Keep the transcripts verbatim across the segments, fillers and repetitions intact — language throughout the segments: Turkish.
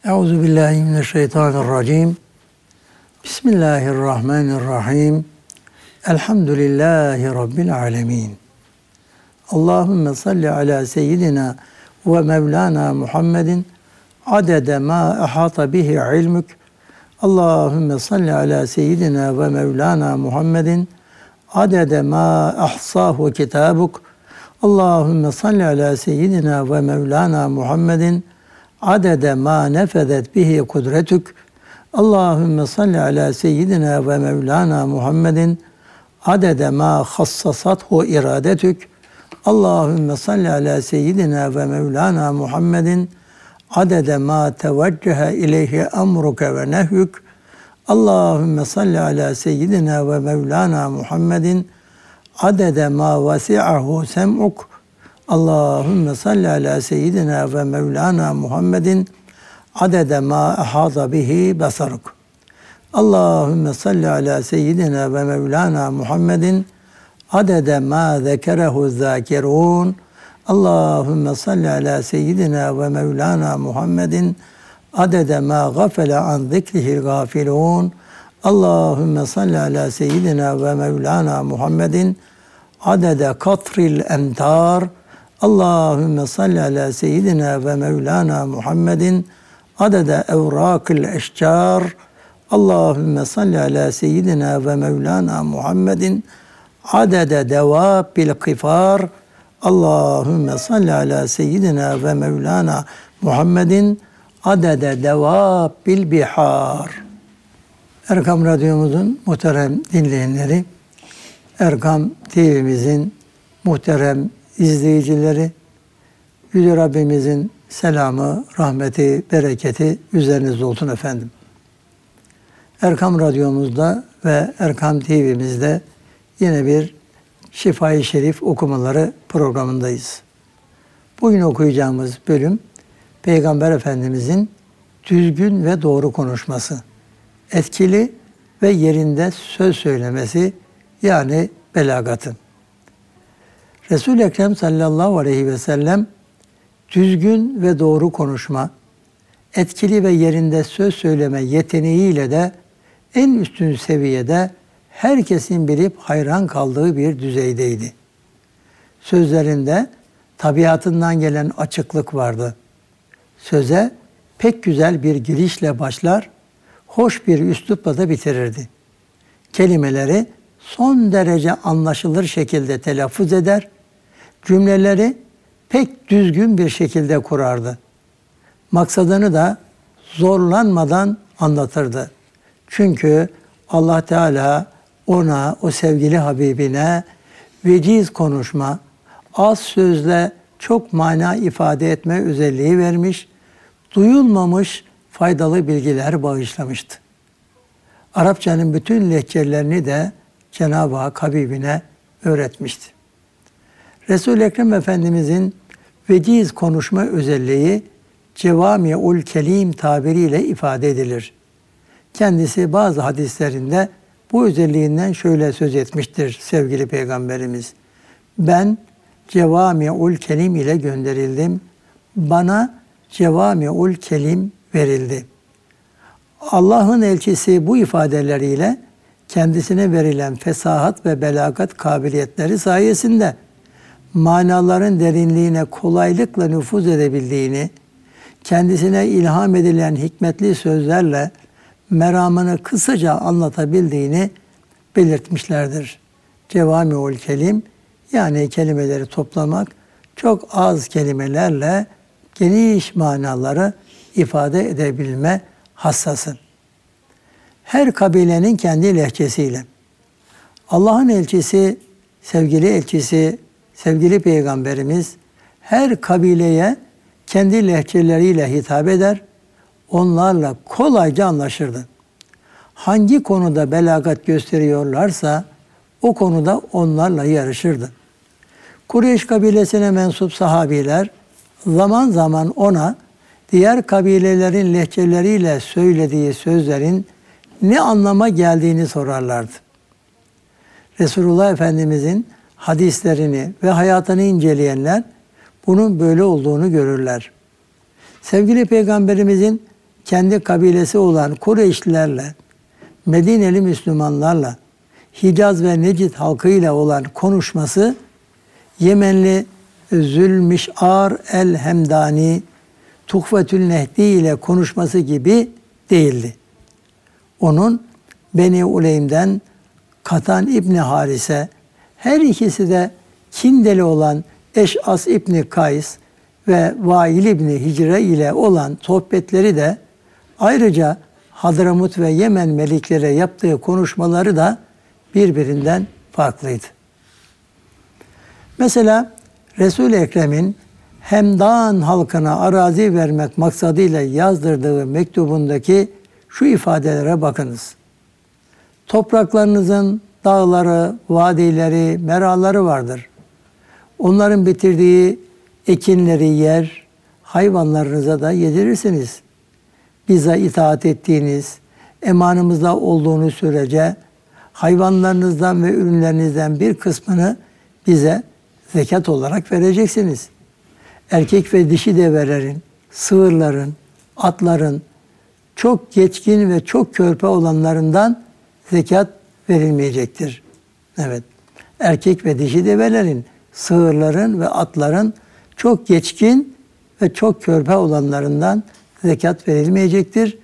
Euzu billahi mineşşeytanirracim. Bismillahirrahmanirrahim. Elhamdülillahi Rabbil alemin. Allahümme salli ala seyyidina ve mevlana Muhammedin adede ma ehata bihi ilmük. Allahümme salli ala seyyidina ve mevlana Muhammedin adede ma ahsahu kitabuk. Allahümme salli ala seyyidina ve mevlana Muhammedin adede ma nefedet bihi kudretük. Allahümme salli ala seyyidina ve mevlana Muhammedin adede ma hassasathu iradetük. Allahümme salli ala seyyidina ve mevlana Muhammedin adede ma teveccehe ileyhi emruke ve nehyük. Allahümme salli ala seyyidina ve mevlana Muhammedin adede ma vasi'ahu sem'uk. Allahümme salli ala seyyidina ve mevlana Muhammedin adede ma ehada bihi basaruk. Allahümme salli ala seyyidina ve mevlana Muhammedin adede ma zekerehu zâkirûn. Allahümme salli ala seyyidina ve mevlana Muhammedin adede ma gafele an zikrihil gafilûn. Allahümme salli ala seyyidina ve mevlana Muhammedin adede katril emtar. Allahümme salli ala seyyidina ve mevlana Muhammedin adede evrakil eşcar. Allahümme salli ala seyyidina ve mevlana Muhammedin adede devâbil kifar. Allahümme salli ala seyyidina ve mevlana Muhammedin adede devâbil bihar. Erkam Radyomuzun muhterem dinleyenleri, Erkam T V'mizin muhterem izleyicileri, Yüce Rabbimizin selamı, rahmeti, bereketi üzerinizde olsun efendim. Erkam Radyomuzda ve Erkam T V'mizde yine bir Şifa-i Şerif okumaları programındayız. Bugün okuyacağımız bölüm Peygamber Efendimizin düzgün ve doğru konuşması, etkili ve yerinde söz söylemesi, yani belagatı. Resul-i Ekrem sallallahu aleyhi ve sellem düzgün ve doğru konuşma, etkili ve yerinde söz söyleme yeteneğiyle de en üstün seviyede herkesin bilip hayran kaldığı bir düzeydeydi. Sözlerinde tabiatından gelen açıklık vardı. Söze pek güzel bir girişle başlar, hoş bir üslupla da bitirirdi. Kelimeleri son derece anlaşılır şekilde telaffuz eder, cümleleri pek düzgün bir şekilde kurardı. Maksadını da zorlanmadan anlatırdı. Çünkü Allah Teala ona, o sevgili Habibine veciz konuşma, az sözle çok mana ifade etme özelliği vermiş, duyulmamış faydalı bilgiler bağışlamıştı. Arapçanın bütün lehçelerini de Cenab-ı Hak Habibine öğretmişti. Resul-i Ekrem Efendimizin veciz konuşma özelliği cevami'ul kelim tabiriyle ifade edilir. Kendisi bazı hadislerinde bu özelliğinden şöyle söz etmiştir sevgili Peygamberimiz. Ben cevami'ul kelim ile gönderildim. Bana cevami'ul kelim verildi. Allah'ın elçisi bu ifadeleriyle kendisine verilen fesahat ve belagat kabiliyetleri sayesinde manaların derinliğine kolaylıkla nüfuz edebildiğini, kendisine ilham edilen hikmetli sözlerle meramını kısaca anlatabildiğini belirtmişlerdir. Cevami'ul kelim, yani kelimeleri toplamak, çok az kelimelerle geniş manaları ifade edebilme hassası. Her kabilenin kendi lehçesiyle. Allah'ın elçisi, sevgili elçisi, sevgili Peygamberimiz her kabileye kendi lehçeleriyle hitap eder, onlarla kolayca anlaşırdı. Hangi konuda belagat gösteriyorlarsa o konuda onlarla yarışırdı. Kureyş kabilesine mensup sahabiler zaman zaman ona diğer kabilelerin lehçeleriyle söylediği sözlerin ne anlama geldiğini sorarlardı. Resulullah Efendimizin hadislerini ve hayatını inceleyenler bunun böyle olduğunu görürler. Sevgili Peygamberimizin kendi kabilesi olan Kureyşlilerle, Medineli Müslümanlarla, Hicaz ve Necid halkıyla olan konuşması, Yemenli Zülmişar el-Hemdani, Tuhfetül Nehdi ile konuşması gibi değildi. Onun Beni Uleym'den Katan İbni Harise, her ikisi de Kindeli olan Eş'as İbni Kays ve Vail İbni Hicre ile olan sohbetleri de, ayrıca Hadramut ve Yemen meliklere yaptığı konuşmaları da birbirinden farklıydı. Mesela Resul-i Ekrem'in Hemdan halkına arazi vermek maksadıyla yazdırdığı mektubundaki şu ifadelere bakınız. Topraklarınızın dağları, vadileri, meraları vardır. Onların bitirdiği ekinleri yer, hayvanlarınıza da yedirirsiniz. Bize itaat ettiğiniz, emanımızda olduğunuz sürece hayvanlarınızdan ve ürünlerinizden bir kısmını bize zekat olarak vereceksiniz. Erkek ve dişi develerin, sığırların, atların, çok geçkin ve çok körpe olanlarından zekat verilmeyecektir. Evet, erkek ve dişi develerin, sığırların ve atların çok geçkin ve çok körpe olanlarından zekat verilmeyecektir.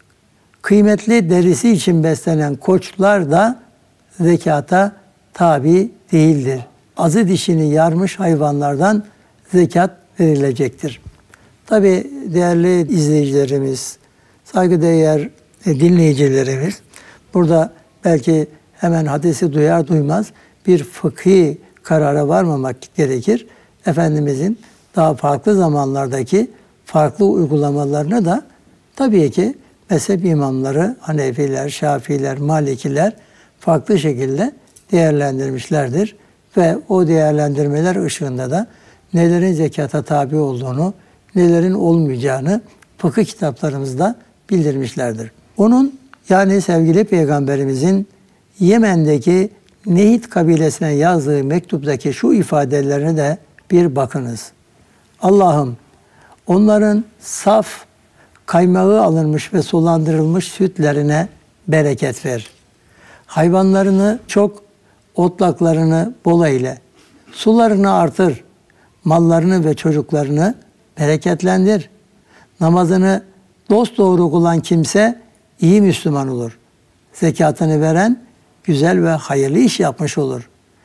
Kıymetli derisi için beslenen koçlar da zekata tabi değildir. Azı dişini yarmış hayvanlardan zekat verilecektir. Tabi değerli izleyicilerimiz, saygıdeğer dinleyicilerimiz, burada belki hemen hadisi duyar duymaz bir fıkhi karara varmamak gerekir. Efendimizin daha farklı zamanlardaki farklı uygulamalarını da tabii ki mezhep imamları, Hanefiler, Şafiiler, Malikiler farklı şekilde değerlendirmişlerdir. Ve o değerlendirmeler ışığında da nelerin zekata tabi olduğunu, nelerin olmayacağını fıkıh kitaplarımızda bildirmişlerdir. Onun, yani sevgili Peygamberimizin Yemen'deki Nehit kabilesine yazdığı mektuptaki şu ifadelerine de bir bakınız. Allah'ım, onların saf, kaymağı alınmış ve sulandırılmış sütlerine bereket ver. Hayvanlarını çok, otlaklarını bol eyle. Sularını artır. Mallarını ve çocuklarını bereketlendir. Namazını dosdoğru kılan kimse iyi Müslüman olur. Zekatını veren güzel ve hayırlı iş yapmış olur.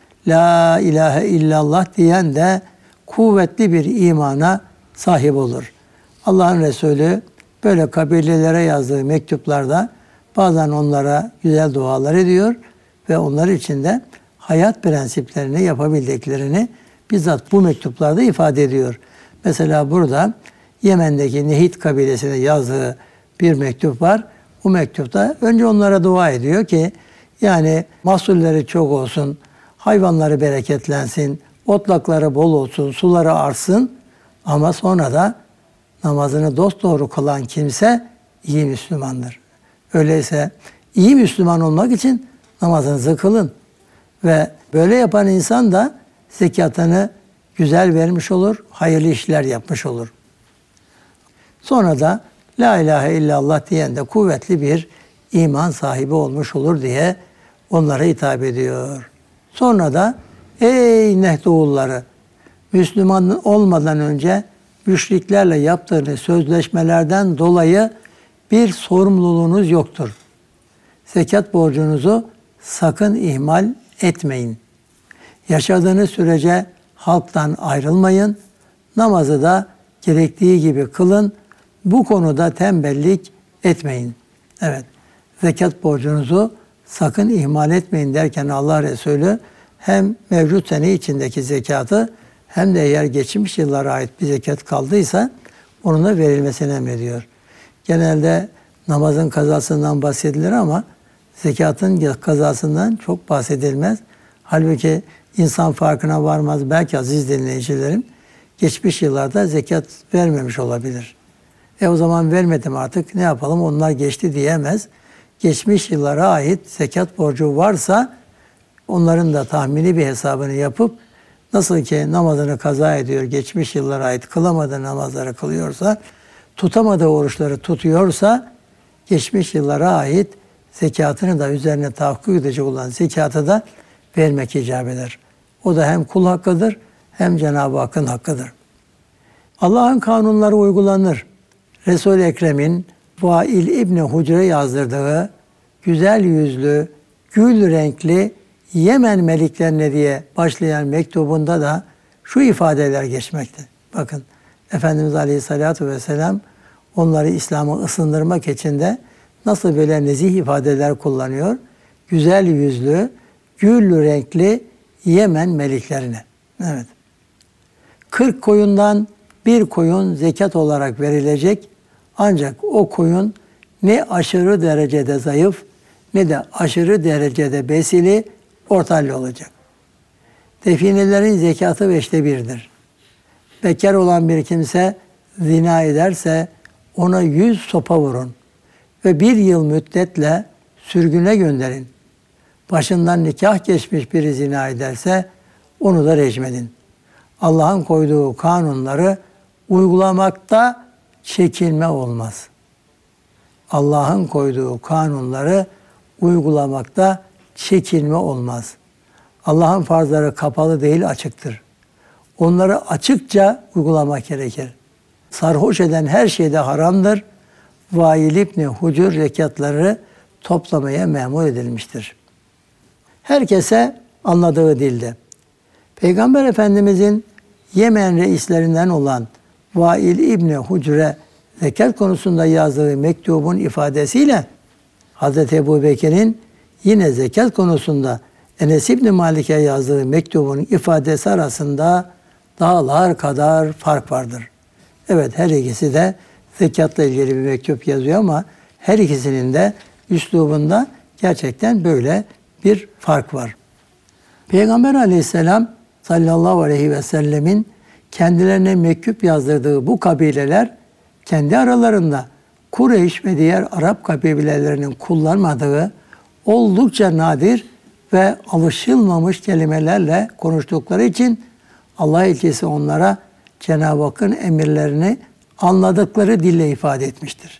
La ilahe illallah diyen de kuvvetli bir imana sahip olur. Allah'ın Resulü böyle kabilelere yazdığı mektuplarda bazen onlara güzel dualar ediyor ve onlar için de hayat prensiplerini yapabildiklerini bizzat bu mektuplarda ifade ediyor. Mesela burada Yemen'deki Nehit kabilesine yazdığı bir mektup var. Bu mektupta önce onlara dua ediyor ki yani mahsulleri çok olsun, hayvanları bereketlensin, otlakları bol olsun, suları artsın ama sonra da namazını dosdoğru kılan kimse iyi Müslümandır. Öyleyse iyi Müslüman olmak için namazınızı kılın. Ve böyle yapan insan da zekatını güzel vermiş olur, hayırlı işler yapmış olur. Sonra da La ilahe illallah diyen de kuvvetli bir iman sahibi olmuş olur diye onlara hitap ediyor. Sonra da ey Nehdoğulları, Müslüman olmadan önce müşriklerle yaptığınız sözleşmelerden dolayı bir sorumluluğunuz yoktur. Zekat borcunuzu sakın ihmal etmeyin. Yaşadığınız sürece halktan ayrılmayın. Namazı da gerektiği gibi kılın. Bu konuda tembellik etmeyin. Evet, zekat borcunuzu sakın ihmal etmeyin derken Allah Resulü hem mevcut sene içindeki zekatı hem de eğer geçmiş yıllara ait bir zekat kaldıysa onun da verilmesini emrediyor. Genelde namazın kazasından bahsedilir ama zekatın kazasından çok bahsedilmez. Halbuki insan farkına varmaz. Belki aziz dinleyicilerim geçmiş yıllarda zekat vermemiş olabilir. E o zaman vermedim artık ne yapalım onlar geçti diyemez. Geçmiş yıllara ait zekat borcu varsa onların da tahmini bir hesabını yapıp nasıl ki namazını kaza ediyor, geçmiş yıllara ait kılamadığı namazları kılıyorsa tutamadığı oruçları tutuyorsa geçmiş yıllara ait zekatını da üzerine tahakkuk edecek olan zekatı da vermek icap eder. O da hem kul hakkıdır hem Cenab-ı Hakk'ın hakkıdır. Allah'ın kanunları uygulanır. Resul-i Ekrem'in Vail İbni Hucre yazdırdığı güzel yüzlü, gül renkli Yemen meliklerine diye başlayan mektubunda da şu ifadeler geçmekte. Bakın Efendimiz Aleyhisselatü Vesselam onları İslam'a ısındırmak için de nasıl böyle nezih ifadeler kullanıyor? Güzel yüzlü, gül renkli Yemen meliklerine. Evet. kırk koyundan bir koyun zekat olarak verilecek. Ancak o koyun ne aşırı derecede zayıf ne de aşırı derecede besili, orta halli olacak. Definelerin zekatı beşte birdir. Bekar olan bir kimse zina ederse ona yüz sopa vurun ve bir yıl müddetle sürgüne gönderin. Başından nikah geçmiş biri zina ederse onu da rejmedin. Allah'ın koyduğu kanunları uygulamakta çekinme olmaz. Allah'ın koyduğu kanunları uygulamakta çekinme olmaz. Allah'ın farzları kapalı değil, açıktır. Onları açıkça uygulamak gerekir. Sarhoş eden her şeyde haramdır. Vail İbni Hucur zekatları toplamaya memur edilmiştir. Herkese anladığı dilde. Peygamber Efendimizin Yemen reislerinden olan Vail İbni Hucre zekat konusunda yazdığı mektubun ifadesiyle Hazreti Ebubekir'in yine zekat konusunda Enes İbni Malik'e yazdığı mektubun ifadesi arasında dağlar kadar fark vardır. Evet, her ikisi de zekatla ilgili bir mektup yazıyor ama her ikisinin de üslubunda gerçekten böyle bir fark var. Peygamber Aleyhisselam sallallahu aleyhi ve sellemin kendilerine mektup yazdırdığı bu kabileler kendi aralarında Kureyş ve diğer Arap kabilelerinin kullanmadığı oldukça nadir ve alışılmamış kelimelerle konuştukları için Allah ilkesi onlara Cenab-ı Hakk'ın emirlerini anladıkları dille ifade etmiştir.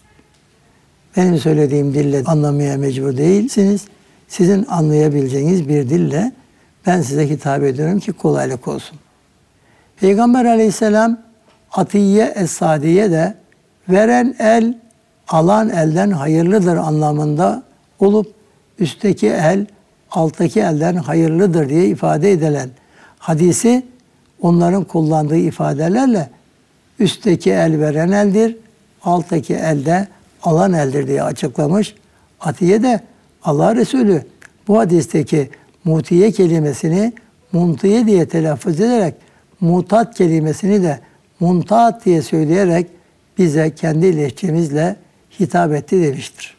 Benim söylediğim dille anlamaya mecbur değilsiniz. Sizin anlayabileceğiniz bir dille ben size hitap ediyorum ki kolaylık olsun. Peygamber Aleyhisselam Atiye Es-Sadiye de veren el alan elden hayırlıdır anlamında olup üstteki el alttaki elden hayırlıdır diye ifade edilen hadisi onların kullandığı ifadelerle üstteki el veren eldir, alttaki el de alan eldir diye açıklamış. Atiye de Allah Resulü bu hadisteki mutiye kelimesini muntiye diye telaffuz ederek mutat kelimesini de muntat diye söyleyerek bize kendi lehçemizle hitap etti demiştir.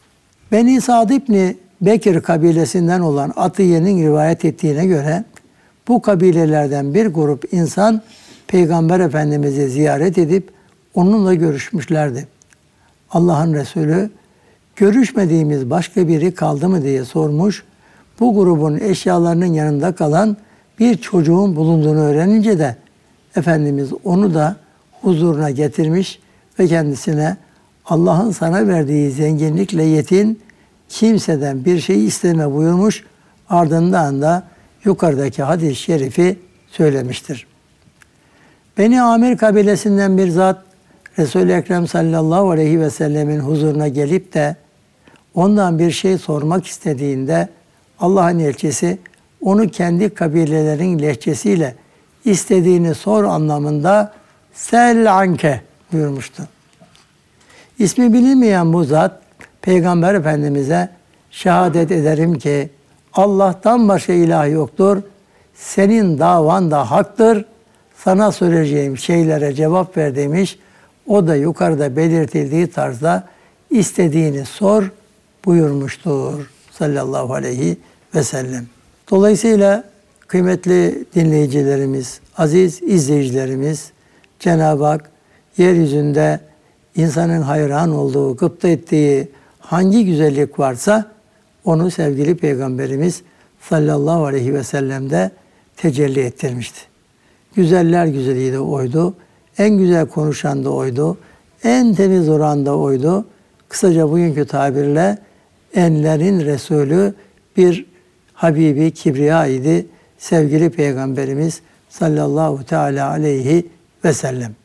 Beni Sa'd İbni Bekir kabilesinden olan Atiye'nin rivayet ettiğine göre bu kabilelerden bir grup insan Peygamber Efendimiz'i ziyaret edip onunla görüşmüşlerdi. Allah'ın Resulü görüşmediğimiz başka biri kaldı mı diye sormuş. Bu grubun eşyalarının yanında kalan bir çocuğun bulunduğunu öğrenince de Efendimiz onu da huzuruna getirmiş ve kendisine Allah'ın sana verdiği zenginlikle yetin, kimseden bir şey isteme buyurmuş. Ardından da yukarıdaki hadis-i şerifi söylemiştir. Beni Amir kabilesinden bir zat Resul-i Ekrem sallallahu aleyhi ve sellemin huzuruna gelip de ondan bir şey sormak istediğinde Allah'ın elçisi onu kendi kabilelerin lehçesiyle istediğini sor anlamında sel anke buyurmuştu. İsmi bilinmeyen bu zat Peygamber Efendimiz'e şehadet ederim ki Allah'tan başka ilah yoktur. Senin davan da haktır. Sana söyleyeceğim şeylere cevap ver demiş. O da yukarıda belirtildiği tarzda istediğini sor buyurmuştur sallallahu aleyhi ve sellem. Dolayısıyla kıymetli dinleyicilerimiz, aziz izleyicilerimiz, Cenab-ı Hak yeryüzünde insanın hayran olduğu, gıpta ettiği hangi güzellik varsa onu sevgili Peygamberimiz sallallahu aleyhi ve sellem'de tecelli ettirmişti. Güzeller güzeli de oydu. En güzel konuşan da oydu. en temiz oranda oydu. Kısaca bugünkü tabirle enlerin Resulü bir Habibi Kibriya idi. Sevgili Peygamberimiz sallallahu teala aleyhi ve sellem.